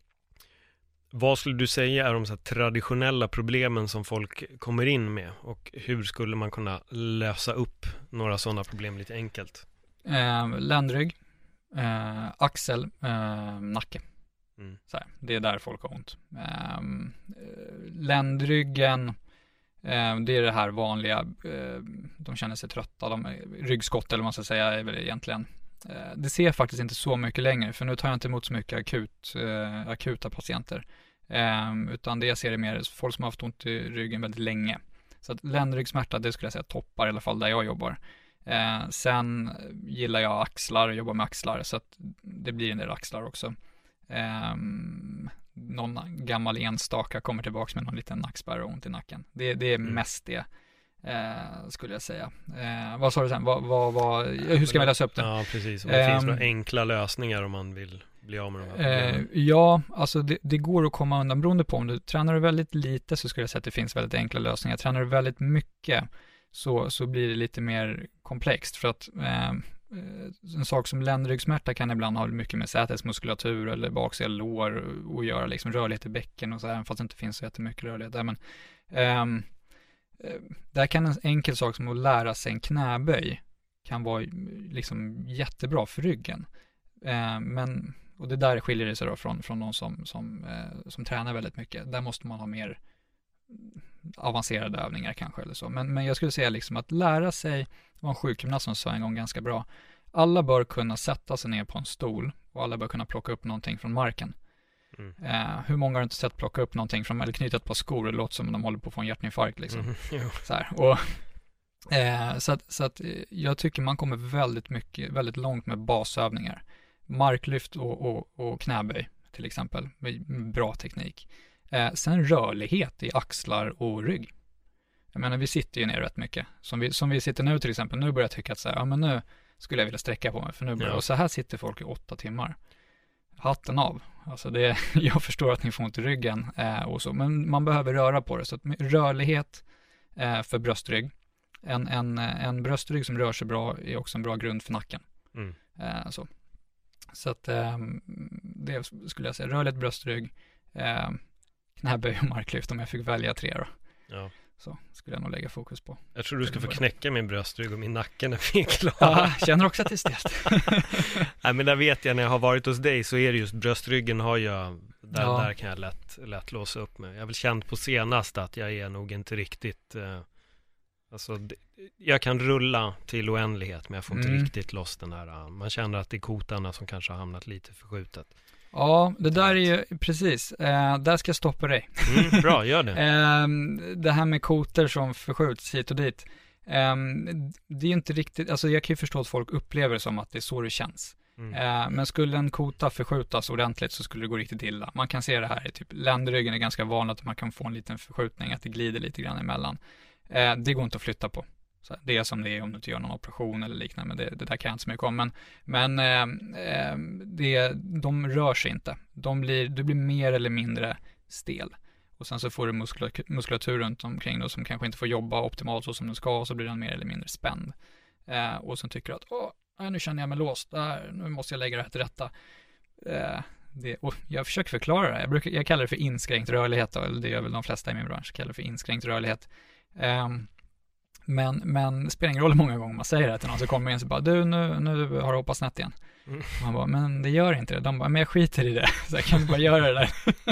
vad skulle du säga är de så här traditionella problemen som folk kommer in med, och hur skulle man kunna lösa upp några sådana problem lite enkelt? Ländrygg, axel, nacke. Så här, det är där folk har ont. Ländryggen, det är det här vanliga, de känner sig trötta, ryggskott eller vad man ska säga är väl egentligen. Det ser faktiskt inte så mycket längre, för nu tar jag inte emot så mycket akuta patienter. Utan det jag ser är mer folk som har haft ont i ryggen väldigt länge. Så att ländryggsmärta, det skulle jag säga toppar i alla fall där jag jobbar. Sen gillar jag axlar, jobbar med axlar, så att det blir en del axlar också. Någon gammal enstaka kommer tillbaka med någon liten nackspärr och ont i nacken. Det är mest det, skulle jag säga. Vad sa du sen? Hur ska vi läsa upp det? Ja, precis. Och det finns några enkla lösningar om man vill bli av med de här problemen. Ja, alltså det går att komma undan beroende på. Om du tränar du väldigt lite så skulle jag säga att det finns väldigt enkla lösningar. Tränar du väldigt mycket så blir det lite mer komplext, för att en sak som ländryggsmärta kan ibland ha mycket med sätesmuskulatur eller baksida lår att göra, liksom rörlighet i bäcken och så här, fast det inte finns så jättemycket rörlighet där, men där kan en enkel sak som att lära sig en knäböj kan vara liksom jättebra för ryggen, men, och det där skiljer det sig då från någon som tränar väldigt mycket. Där måste man ha mer avancerade övningar kanske eller så. Men jag skulle säga liksom att lära sig, var en sjukgymnast som sa en gång ganska bra, alla bör kunna sätta sig ner på en stol och alla bör kunna plocka upp någonting från marken. Hur många har inte sett plocka upp någonting från, eller knyta ett par skor, det låter som om de håller på att få en hjärtinfarkt liksom. Så här. Och, så att jag tycker man kommer väldigt långt med basövningar. Marklyft och knäböj till exempel, med bra teknik. Sen rörlighet i axlar och rygg. Jag menar, vi sitter ju ner rätt mycket. Som vi sitter nu till exempel, nu börjar jag tycka att så här, ja men nu skulle jag vilja sträcka på mig, för nu och så här sitter folk i 8 timmar. Hatten av. Alltså jag förstår att ni får ont i ryggen och så, men man behöver röra på det. Så att rörlighet för bröstrygg. En bröstrygg som rör sig bra är också en bra grund för nacken. Så att det skulle jag säga. Rörlighet, bröstrygg, knäböj och marklyft, om jag fick välja 3 då. Ja. Så skulle jag nog lägga fokus på. Jag tror du ska få knäcka min bröstrygg och min nacke när vi är klara. Ja, känner också att det är stelt. Nej, men där vet jag, när jag har varit hos dig så är det just bröstryggen har jag, där kan jag lätt låsa upp mig. Jag har väl känt på senast att jag är nog inte riktigt, jag kan rulla till oändlighet, men jag får inte riktigt loss den här, man känner att det är kotarna som kanske har hamnat lite förskjutet. Ja, det där är ju precis, där ska jag stoppa dig. Bra, gör det. Det här med koter som förskjuts hit och dit, det är inte riktigt, alltså jag kan ju förstå att folk upplever det som att det är så det känns. Men skulle en kota förskjutas ordentligt så skulle det gå riktigt illa. Man kan se det här i typ ländryggen, är ganska vanligt att man kan få en liten förskjutning, att det glider lite grann emellan. Det går inte att flytta på. Så det är som det är om du inte gör någon operation eller liknande, men det där kan jag inte så mycket om. Men de rör sig inte. Du blir mer eller mindre stel. Och sen så får du muskulatur runt omkring då, som kanske inte får jobba optimalt så som den ska, och så blir den mer eller mindre spänd. Och sen tycker du att nu känner jag mig låst, nu måste jag lägga det här till rätta. Och jag försöker förklara det. Jag kallar det för inskränkt rörlighet då, eller det gör väl de flesta i min bransch, kallar det för inskränkt rörlighet. Men det spelar ingen roll många gånger man säger det till någon, så kommer in så bara, du nu har du hoppat snett igen. Man bara, men det gör inte det. De bara, men jag skiter i det. Så jag kan bara göra det där.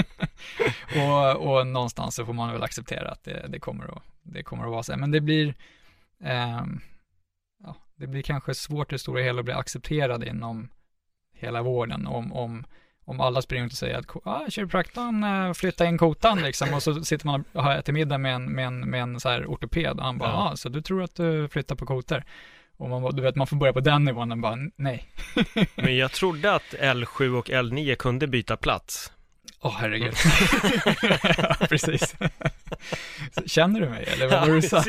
och någonstans så får man väl acceptera att det kommer att vara så. Men det blir det blir kanske svårt i stora hela att bli accepterad inom hela vården om alla springer ut och säger att kiropraktorn flyttar in kotan liksom, och så sitter man och har ätit middag med en så här ortoped och han bara, så du tror att du flyttar på kotor? Och man får börja på den nivån och bara, nej. Men jag trodde att L7 och L9 kunde byta plats. Herregud. Ja, precis. Känner du mig, eller vad var du sa?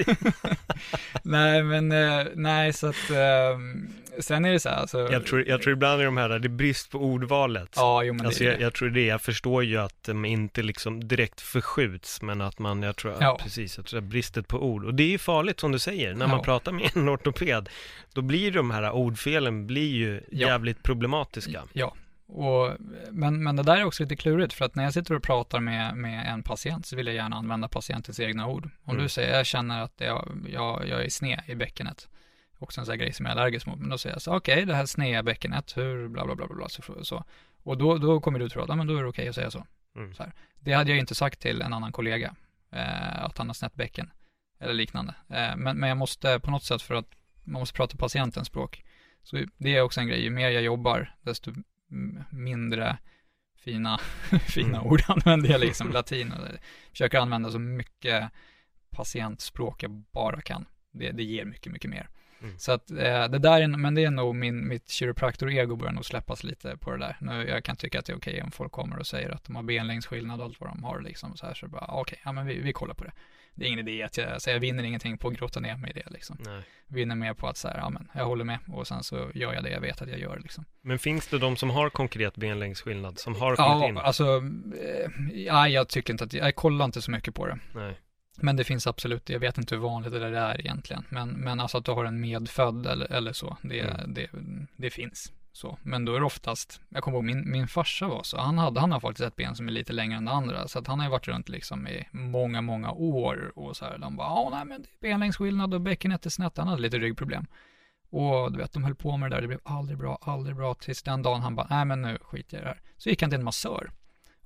Nej, så att sen är det så här, alltså, jag tror ibland i de här, det är brist på ordvalet. Ja, jo, men alltså, det är det. Jag tror jag förstår ju att de inte liksom direkt förskjuts, men att jag tror bristet på ord. Och det är ju farligt som du säger, när man pratar med en ortoped, då blir de här ordfelen ju jävligt problematiska. Ja. Men det där är också lite klurigt, för att när jag sitter och pratar med en patient så vill jag gärna använda patientens egna ord. Om du säger, jag känner att jag är sned i bäckenet, också en sån här grej som jag är allergisk mot, men då säger jag så, okej, det här sneda bäckenet, hur bla bla bla bla så. Och då kommer du tro att men då är det okej att säga så. Så här. Det hade jag inte sagt till en annan kollega, att han har snett bäcken eller liknande. Men jag måste på något sätt, för att man måste prata patientens språk. Så det är också en grej, ju mer jag jobbar, desto mindre fina ord använder jag, liksom latin, och försöker använda så mycket patientspråk jag bara kan. Det ger mycket, mycket mer. Så att det där men det är nog mitt kiropraktor-ego börjar nog släppas lite på det där. Nu, jag kan tycka att det är okej om folk kommer och säger att de har benlängdsskillnad och allt vad de har liksom, så bara okej, men vi kollar på det. Det är ingen idé att jag vinner ingenting på att grotta ner mig i det liksom. Nej. Vinner mer på att säga, men jag håller med, och sen så gör jag det jag vet att jag gör liksom. Men finns det de som har konkret benlängdsskillnad, som har kommit in? Ja, alltså jag tycker inte att jag kollar inte så mycket på det. Nej. Men det finns absolut, jag vet inte hur vanligt det där är egentligen, men alltså att du har en medfödd eller så, det finns så. Men då är det oftast, jag kommer ihåg min farsa var så, han har faktiskt ett ben som är lite längre än det andra, så att han har ju varit runt liksom i många år, och så här, de bara, nej men det är benlängdsskillnad och bäckenet är snett, han hade lite ryggproblem. Och du vet, de höll på med det där, det blev aldrig bra, tills den dagen han bara, nej men nu skiter jag i det här. Så gick han till en massör.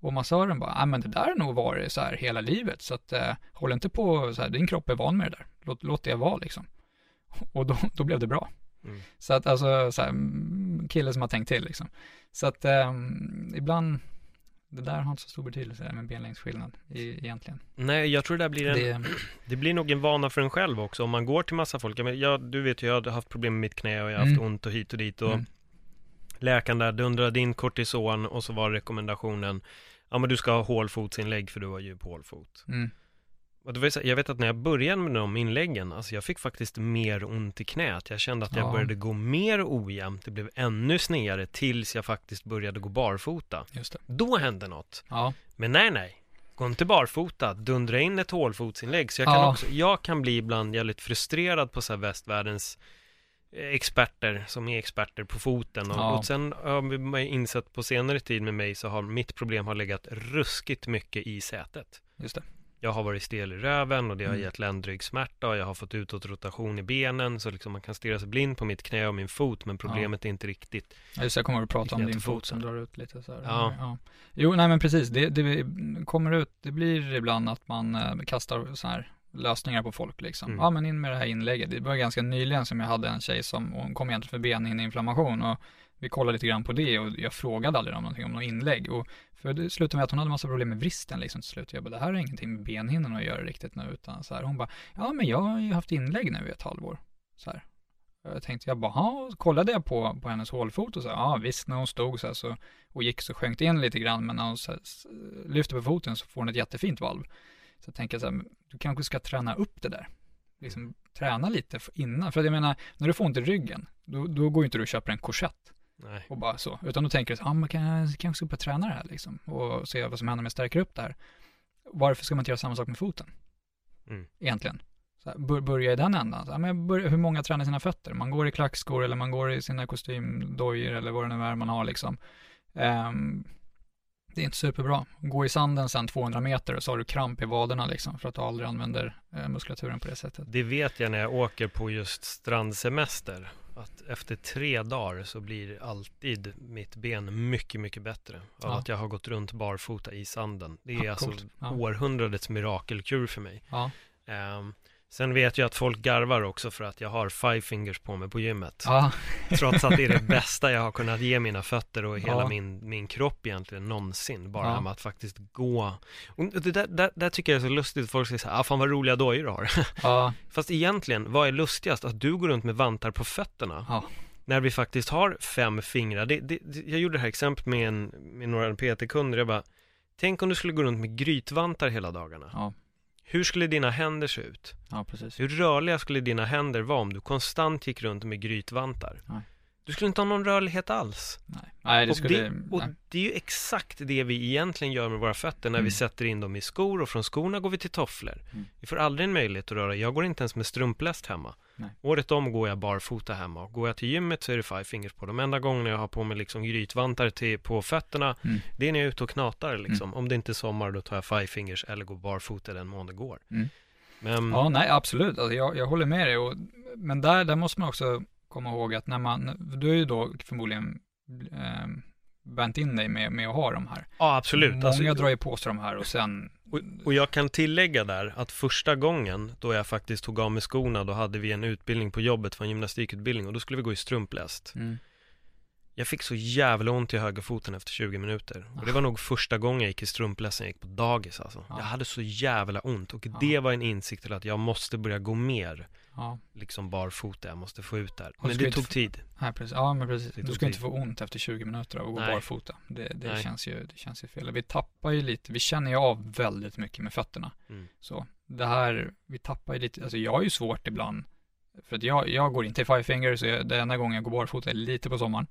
Och massören bara, men det där har nog varit så här hela livet, så att håll inte på så här, din kropp är van med det där. Låt det vara liksom. Och då blev det bra. Så att alltså så här, kille som har tänkt till liksom. Så att ibland, det där har inte så stor betydelse med benlängdsskillnad egentligen. Nej, jag tror det där blir det blir nog en vana för en själv också. Om man går till massa folk, du vet ju, jag har haft problem med mitt knä och jag har haft ont och hit och dit och läkaren där dundrade in kortison och så var rekommendationen, men du ska ha hålfotsinlägg för du har djup hålfot. Och jag vet att när jag började med de inläggen, alltså jag fick faktiskt mer ont i knät. Jag kände att jag började gå mer ojämnt. Det blev ännu snedare tills jag faktiskt började gå barfota. Just det. Då hände något. Ja. Men nej. Gå inte barfota. Dundra in ett hålfotsinlägg. Så jag kan bli ibland jävligt frustrerad på så här västvärldens experter som är experter på foten. Och sen har vi insett på senare tid med mig så har mitt problem har legat ruskigt mycket i sätet. Just det. Jag har varit stel i röven och det har gett ländryggsmärta och jag har fått utåtrotation i benen så liksom man kan stirra sig blind på mitt knä och min fot, men problemet är inte riktigt. Ja, just det, jag kommer att prata om din fot som drar ut lite så här. Ja. Jo, nej men precis, det kommer ut, det blir ibland att man kastar så här lösningar på folk liksom. Ja, men in med det här inlägget. Det var ganska nyligen som jag hade en tjej som hon kom egentligen för benhinneinflammation och vi kollade lite grann på det och jag frågade aldrig om någonting om något inlägg och för det slutade med att hon hade massa problem med vristen liksom till slut. Jag bara, det här har ingenting med benhinnan att göra riktigt nu, utan så här, hon bara, ja men jag har ju haft inlägg nu i ett halvår. Så här. Jag tänkte, jag bara, kollade jag på hennes hålfot och så här, ja visst, när hon stod så här så, och gick så sjönk det in lite grann, men när hon så här, lyfter på foten så får hon ett jättefint valv. Så jag tänker så här, du kanske ska träna upp det där. Liksom träna lite innan, för att jag menar, när du får ont i ryggen, då går ju inte du och köper en korsett. Nej. Och bara så, utan då tänker du man kanske ska börja träna det här liksom, och se vad som händer med att stärka upp det här. Varför ska man inte göra samma sak med foten? Egentligen. Så här, börja i den ändan. Så här, hur många tränar sina fötter? Man går i klackskor eller man går i sina kostymdojor eller vad det nu är man har liksom. Det är inte superbra. Gå i sanden sen 200 meter och så har du kramp i vaderna liksom, för att du aldrig använder muskulaturen på det sättet. Det vet jag när jag åker på just strandsemester. Att efter 3 dagar så blir alltid mitt ben mycket, mycket bättre av att jag har gått runt barfota i sanden. Det är alltså århundradets mirakelkur för mig. Ja. Sen vet jag att folk garvar också för att jag har 5 fingers på mig på gymmet. Ja. Trots att det är det bästa jag har kunnat ge mina fötter och hela min kropp egentligen någonsin. Bara med att faktiskt gå. Och det där tycker jag är så lustigt. Folk säger så här, fan vad roliga dojor du har. Ja. Fast egentligen, vad är lustigast? Att du går runt med vantar på fötterna. Ja. När vi faktiskt har 5 fingrar. Jag gjorde det här exemplet med några PT-kunder. Jag bara, tänk om du skulle gå runt med grytvantar hela dagarna. Ja. Hur skulle dina händer se ut? Ja, precis. Hur rörliga skulle dina händer vara om du konstant gick runt med grytvantar? Nej. Du skulle inte ha någon rörlighet alls. Nej, det är ju exakt det vi egentligen gör med våra fötter när vi sätter in dem i skor och från skorna går vi till tofflor. Vi får aldrig en möjlighet att röra. Jag går inte ens med strumpläst hemma. Nej. Året om går jag barfota hemma och går jag till gymmet så är det 5 fingers på. De enda gångerna jag har på mig liksom grytvantar på fötterna det är när jag är ute och knatar liksom. Om det inte är sommar då tar jag 5 fingers eller går barfota den mån det går. Men... Ja, nej, absolut. Alltså, jag håller med dig. Men där måste man också komma ihåg att du är ju då förmodligen vänt in dig med att ha de här. Ja, absolut. Många drar ju på sig de här och sen... Och jag kan tillägga där att första gången då jag faktiskt tog av mig skorna, då hade vi en utbildning på jobbet för en gymnastikutbildning och då skulle vi gå i strumpläst. Jag fick så jävla ont i högerfoten efter 20 minuter. Och det var nog första gången jag gick i strumplästen, jag gick på dagis alltså. Jag hade så jävla ont och det var en insikt till att jag måste börja gå mer. Liksom barfota, jag måste få ut där. Men det tog tid. Nej, precis. Ja, men precis. Du ska inte få ont efter 20 minuter av att gå barfota. Det känns ju fel. Vi tappar ju lite, vi känner ju av väldigt mycket med fötterna. Så det här, vi tappar ju lite, alltså jag är ju svårt ibland. För att jag går inte i 5 fingers, så det enda gången jag går barfota är lite på sommaren.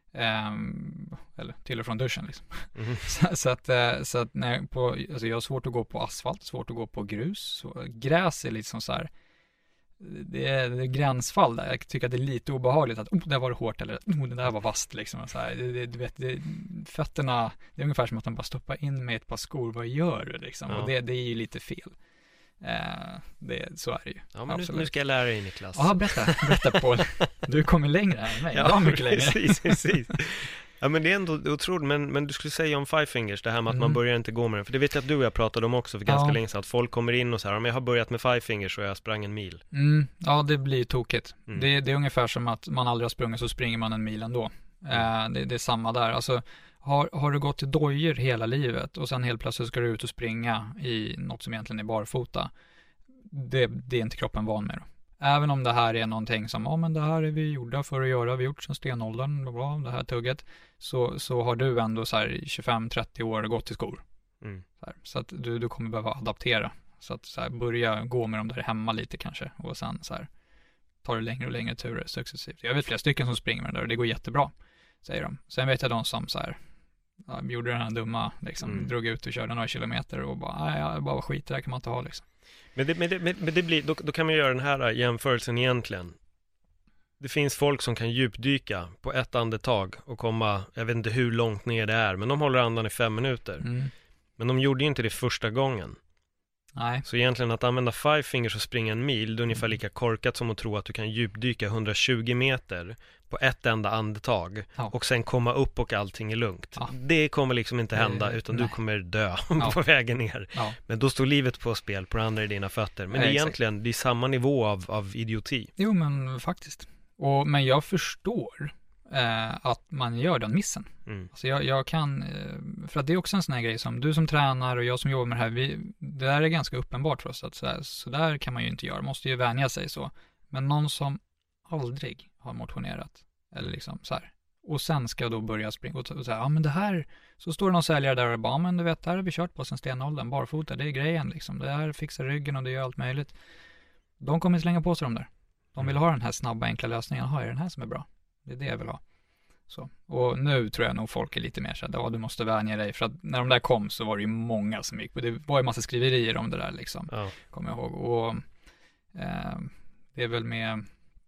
Eller till och från duschen liksom. så att alltså jag har svårt att gå på asfalt, svårt att gå på grus. Så gräs är liksom så här, det är gränsfall där. Jag tycker att det är lite obehagligt att det var hårt eller det där var vasst liksom. Så här, du vet, fötterna, det är ungefär som att de bara stoppar in med ett par skor. Vad gör du liksom? Och det är ju lite fel. Så är det ju. Ja, men nu ska jag lära dig, Niklas. Ja, berätta Paul. Du kommer längre här än mig. Ja, mycket längre. Precis. Ja, men det är ändå otroligt, men du skulle säga om Five Fingers, det här med att man börjar inte gå med den, för det vet jag att du och jag pratade om också för ganska länge sedan, att folk kommer in och så här, om jag har börjat med Five Fingers och jag sprang en mil. Ja, det blir tokigt. Det är ungefär som att man aldrig har sprungit, så springer man en mil ändå. Det är samma där. Alltså, har du gått till dojor hela livet och sen helt plötsligt ska du ut och springa i något som egentligen är barfota, det är inte kroppen van med då. Även om det här är någonting som, men det här är vi gjorda för att göra, vi har gjort sedan stenåldern, det här tugget, så har du ändå så här 25-30 år gått i skor. Så att du kommer behöva adaptera. Så att så här, börja gå med dem där hemma lite kanske, och sen så här, tar du längre och längre turer successivt. Jag vet flera stycken som springer med det där och det går jättebra, säger de. Sen vet jag de som så här, gjorde den här dumma, liksom, drog ut och körde några kilometer och bara skit, det där kan man inte ha liksom. Men det blir, då kan man göra den här jämförelsen egentligen. Det finns folk som kan djupdyka på ett andetag och komma, jag vet inte hur långt ner det är, men de håller andan i 5 minuter. Men de gjorde inte det första gången. Nej. Så egentligen att använda Five Fingers och springa en mil, det är ungefär lika korkat som att tro att du kan djupdyka 120 meter på ett enda andetag och sen komma upp och allting är lugnt. Det kommer liksom inte hända, utan du kommer dö på vägen ner. Men då står livet på spel, på andra i dina fötter. Men det är egentligen, det är samma nivå av idioti. Jo, men faktiskt. Men jag förstår att man gör den missen. Alltså jag kan, för att det är också en sån här grej som du som tränar och jag som jobbar med det här, det där är ganska uppenbart för oss att så där kan man ju inte göra, måste ju vänja sig så. Men någon som aldrig har motionerat eller liksom så här, och sen ska jag då börja springa och säga, men det här, så står det någon säljare där och bara, men du vet, där har vi kört på sen stenåldern, barfota, det är grejen liksom, det här fixar ryggen och det gör allt möjligt. De kommer slänga på sig de där. De vill ha den här snabba, enkla lösningen. Är det den här som är bra? Det är det jag vill ha. Så. Och nu tror jag nog folk är lite mer så att du måste vänja dig. För att när de där kom så var det ju många som gick. Det var ju massa skriverier om det där liksom. Kommer jag ihåg. Och det är väl med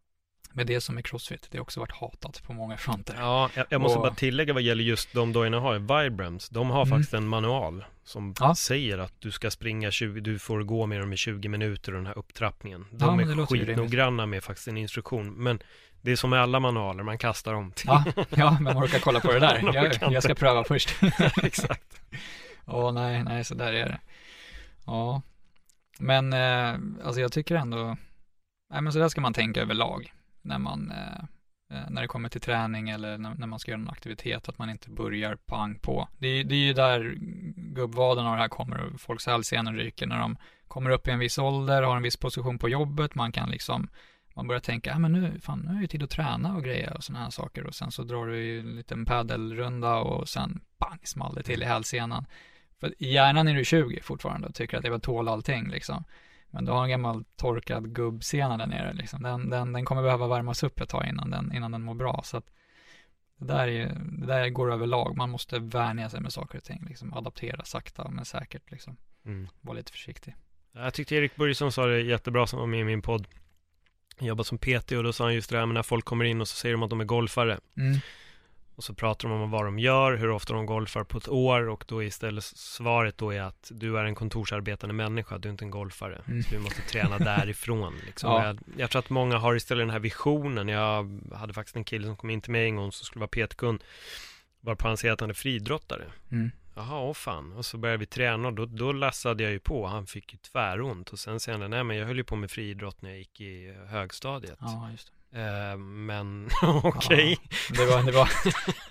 det som är CrossFit. Det har också varit hatat på många fronter. Ja, jag måste bara tillägga vad gäller just de dojorna har. Vibrams, de har faktiskt en manual som säger att du ska springa 20, du får gå med dem i 20 minuter och den här upptrappningen. De är skitnoggranna med faktiskt en instruktion. Men det är som med alla manualer, man kastar dem till. Ja, men man orkar kolla på det där. Jag ska pröva först. Exakt. Nej, så där är det. Ja. Men alltså jag tycker ändå, men så där ska man tänka överlag när det kommer till träning eller när man ska göra en aktivitet, att man inte börjar pang på. Det är ju där gubbvaden av det här kommer, och folks hälsenor ryker när de kommer upp i en viss ålder, har en viss position på jobbet, man börjar tänka, men nu är det tid att träna och grejer och såna här saker, och sen så drar du ju en liten paddelrunda och sen bang, small det till i hälsenan. För i hjärnan är du 20 fortfarande och tycker att det var tål allting liksom. Men du har en gammal torkad gubbsena där nere liksom. Den kommer behöva värmas upp ett tag innan den mår bra. Så att det där går överlag. Man måste vänja sig med saker och ting liksom. Adaptera sakta men säkert liksom. Var lite försiktig. Jag tyckte Erik Börjesson sa det jättebra som var med i min podd. Jag jobbar som PT och då sa han just det här, men när folk kommer in och så säger de att de är golfare. Och så pratar de om vad de gör, hur ofta de golfar på ett år, och då istället svaret då är att du är en kontorsarbetande människa, du är inte en golfare. Så du måste träna därifrån. Liksom. Jag tror att många har istället den här visionen. Jag hade faktiskt en kille som kom in till mig en gång som skulle vara PT-kund, varpå han säger att han är friidrottare. Jaha, fan. Och så började vi träna och då lassade jag ju på. Han fick ju tväront. Och sen säger han, nej men jag höll ju på med friidrott när jag gick i högstadiet. Ja, just det. Men okej. Ja, det var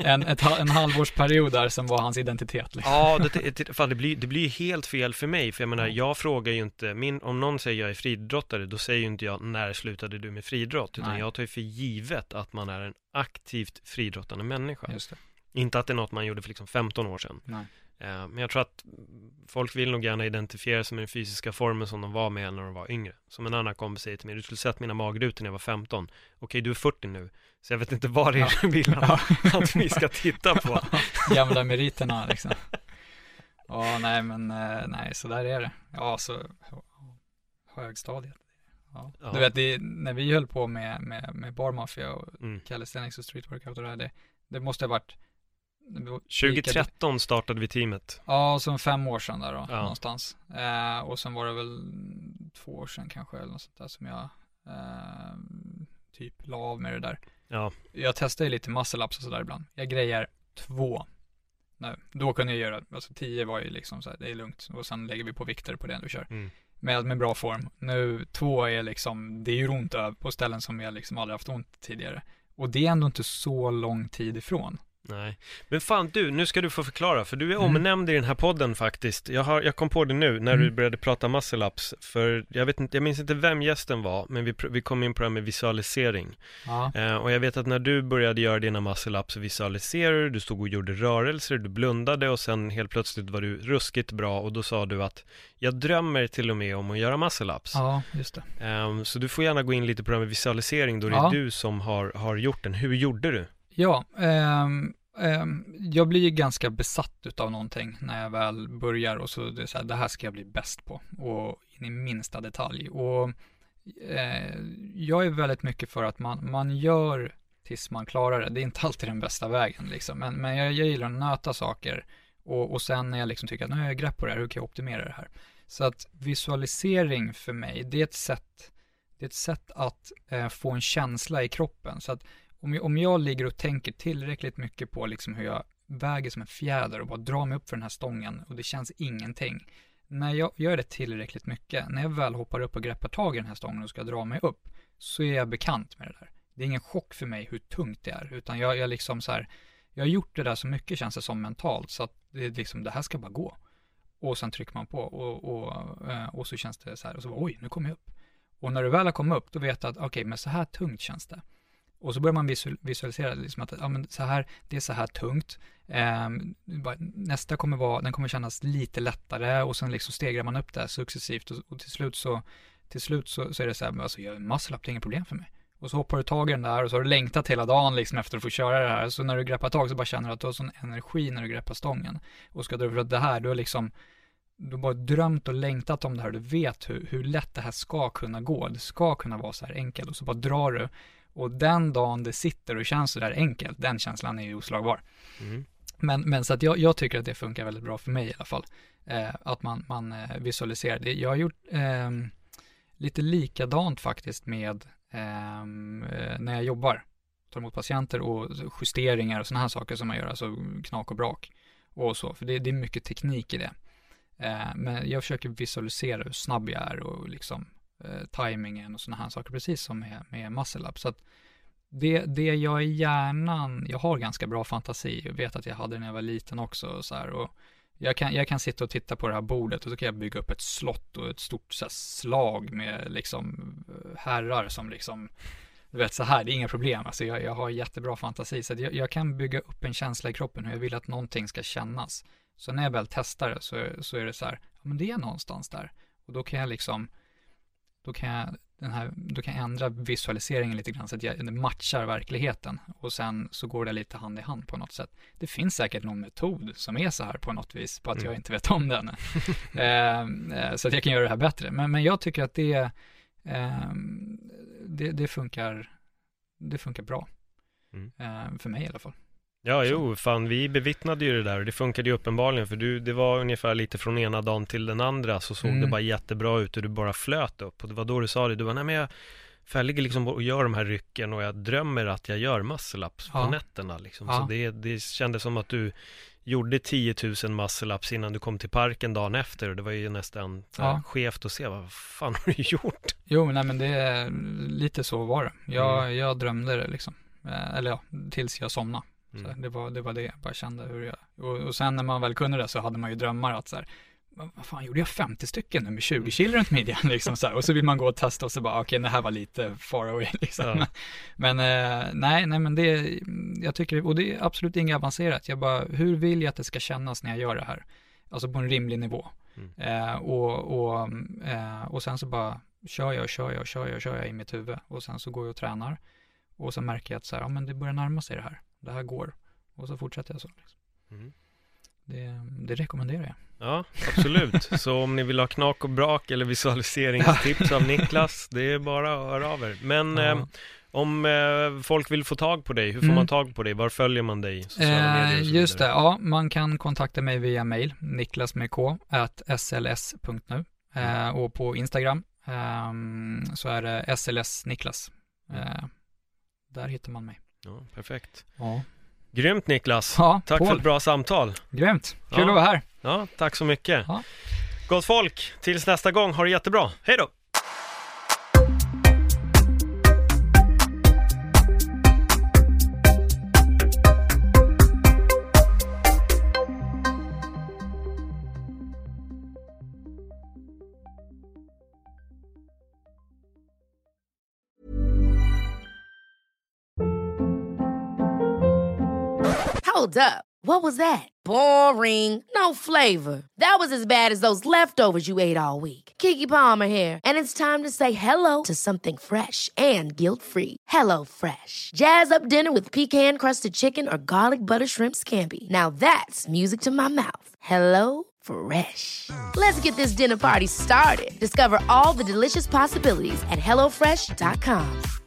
en halvårsperiod där som var hans identitet liksom. Ja, det blir helt fel för mig. För jag menar, jag frågar ju inte om någon säger jag är friidrottare, då säger ju inte jag när slutade du med friidrott, utan jag tar ju för givet att man är en aktivt friidrottande människa. Just det. Inte att det är något man gjorde för liksom 15 år sedan. Nej. Men jag tror att folk vill nog gärna identifiera sig med den fysiska formen som de var med när de var yngre. Som en annan kompis säger till mig, du skulle sett mina magrutor när jag var 15. Okej, du är 40 nu. Så jag vet inte vad det är du vill att vi ska titta på. Gamla meriterna liksom. Nej, så där är det. Ja, så högstadiet. Ja. Du vet, när vi höll på med Bar Mafia och calisthenics och street workout och det måste ha varit 2013 startade vi teamet. Ja, som 5 år sedan där då, någonstans. Och sen var det väl 2 år sedan kanske, eller något sånt där, som jag typ la av med det där. Ja. Jag testar ju lite muscle ups och sådär ibland. Jag grejer 2 nu. Då kunde jag göra, alltså 10 var ju liksom så här, det är lugnt. Och sen lägger vi på vikter på det du kör. Med bra form. Nu 2 är liksom, det är ju ont på ställen som jag liksom aldrig haft ont tidigare. Och det är ändå inte så lång tid ifrån. Nej, men fan du, nu ska du få förklara, för du är omnämnd i den här podden faktiskt. Jag kom på det nu när du började prata muscle ups, för jag minns inte vem gästen var, men vi kom in på det här med visualisering. Och jag vet att när du började göra dina muscle ups så visualiserade du stod och gjorde rörelser, du blundade och sen helt plötsligt var du ruskigt bra och då sa du att jag drömmer till och med om att göra muscle ups. Ja, just det. Så du får gärna gå in lite på det här med visualisering, då det är du som har gjort den. Hur gjorde du? Ja, jag blir ju ganska besatt utav någonting när jag väl börjar och så det är så här, det här ska jag bli bäst på och in i minsta detalj. Och jag är väldigt mycket för att man gör tills man klarar det. Det är inte alltid den bästa vägen liksom, men jag gillar att nöta saker och sen när jag liksom tycker att nu har jag grepp på det här, hur kan jag optimera det här? Så att visualisering för mig, det är ett sätt att få en känsla i kroppen. Så att om jag ligger och tänker tillräckligt mycket på liksom hur jag väger som en fjäder och bara drar mig upp för den här stången och det känns ingenting. När jag gör det tillräckligt mycket, när jag väl hoppar upp och greppar tag i den här stången och ska dra mig upp, så är jag bekant med det där. Det är ingen chock för mig hur tungt det är, utan jag liksom så här, jag har gjort det där så mycket, känns det som mentalt, så att det är liksom, det här ska bara gå. Och sen trycker man på och så känns det så här, och så bara, oj, nu kommer jag upp. Och när du väl har kommit upp, då vet du att okej, men så här tungt känns det. Och så börjar man visualisera liksom att men så här, det är så här tungt. Nästa kommer kännas lite lättare och sen liksom stegrar man upp det successivt och till slut så är det så här, alltså jag är muscle up, det är inga problem för mig. Och så hoppar du tag i den där och så har du längtat hela dagen liksom efter att få köra det här. Så när du greppar tag så bara känner du att du har sån energi när du greppar stången. Och ska du för att det här, du har bara drömt och längtat om det här. Du vet hur lätt det här ska kunna gå. Det ska kunna vara så här enkelt och så bara drar du. Och den dagen det sitter och känns så där enkelt, den känslan är ju oslagbar. Men så att jag tycker att det funkar väldigt bra för mig i alla fall. Att man visualiserar det. Jag har gjort lite likadant faktiskt med när jag jobbar. Tar emot patienter och justeringar och sådana här saker som man gör. Alltså knak och brak och så. För det är mycket teknik i det. Men jag försöker visualisera hur snabb jag är och liksom timingen och sådana här saker, precis som med muscle up. Så att det jag i hjärnan, jag har ganska bra fantasi. Jag vet att jag hade när jag var liten också så här, och jag kan sitta och titta på det här bordet och så kan jag bygga upp ett slott och ett stort så här, slag med liksom herrar som liksom, du vet så här, det är inga problem. Alltså jag har jättebra fantasi, så att jag kan bygga upp en känsla i kroppen hur jag vill att någonting ska kännas. Så när jag väl testar det så är det så här, ja, men det är någonstans där. Och då kan jag liksom då kan jag ändra visualiseringen lite grann så att det matchar verkligheten, och sen så går det lite hand i hand på något sätt. Det finns säkert någon metod som är så här på något vis, på att jag inte vet om den. Så att jag kan göra det här bättre. Men jag tycker att det funkar bra. För mig i alla fall. Ja, jo, fan, vi bevittnade ju det där och det funkade ju uppenbarligen, för det var ungefär lite från ena dagen till den andra så såg det bara jättebra ut och du bara flöt upp, och det var då du sa det, du var nej men jag ligger liksom och gör de här rycken och jag drömmer att jag gör muscle ups på nätterna liksom. Så det kändes som att du gjorde 10 000 muscle ups innan du kom till parken dagen efter, och det var ju nästan skevt att se, vad fan har du gjort? Jo, nej men det är lite så var det. Jag drömde det liksom, eller ja, tills jag somnade. Så det var det jag bara kände hur jag, och sen när man väl kunde det så hade man ju drömmar att så här, vad fan, gjorde jag 50 stycken nu med 20 kilo runt midjan liksom så här, och så vill man gå och testa och så bara okej, det här var lite far away liksom. Men nej men det, jag tycker, och det är absolut inget avancerat, jag bara, hur vill jag att det ska kännas när jag gör det här, alltså på en rimlig nivå. Och sen så bara kör jag i mitt huvud, och sen så går jag och tränar, och så märker jag att så här, ja men det börjar närma sig det här går, och så fortsätter jag så liksom. Det rekommenderar jag. Ja, absolut. Så om ni vill ha knak och brak eller visualiseringstips av Niklas, det är bara att höra av er. Men om folk vill få tag på dig, hur får man tag på dig? Var följer man dig? Just det, ja, man kan kontakta mig via mail, niklas@sls.nu, och på Instagram så är det SLS Niklas. Där hittar man mig. Ja, perfekt. Ja. Grymt Niklas. Ja, tack Paul. för ett bra samtal. Grymt. Kul att vara här. Ja, tack så mycket. Ja. Gott folk, tills nästa gång, ha det jättebra. Hej då! Hold up. What was that? Boring. No flavor. That was as bad as those leftovers you ate all week. Keke Palmer here, and it's time to say hello to something fresh and guilt-free. Hello Fresh. Jazz up dinner with pecan-crusted chicken or garlic butter shrimp scampi. Now that's music to my mouth. Hello Fresh. Let's get this dinner party started. Discover all the delicious possibilities at hellofresh.com.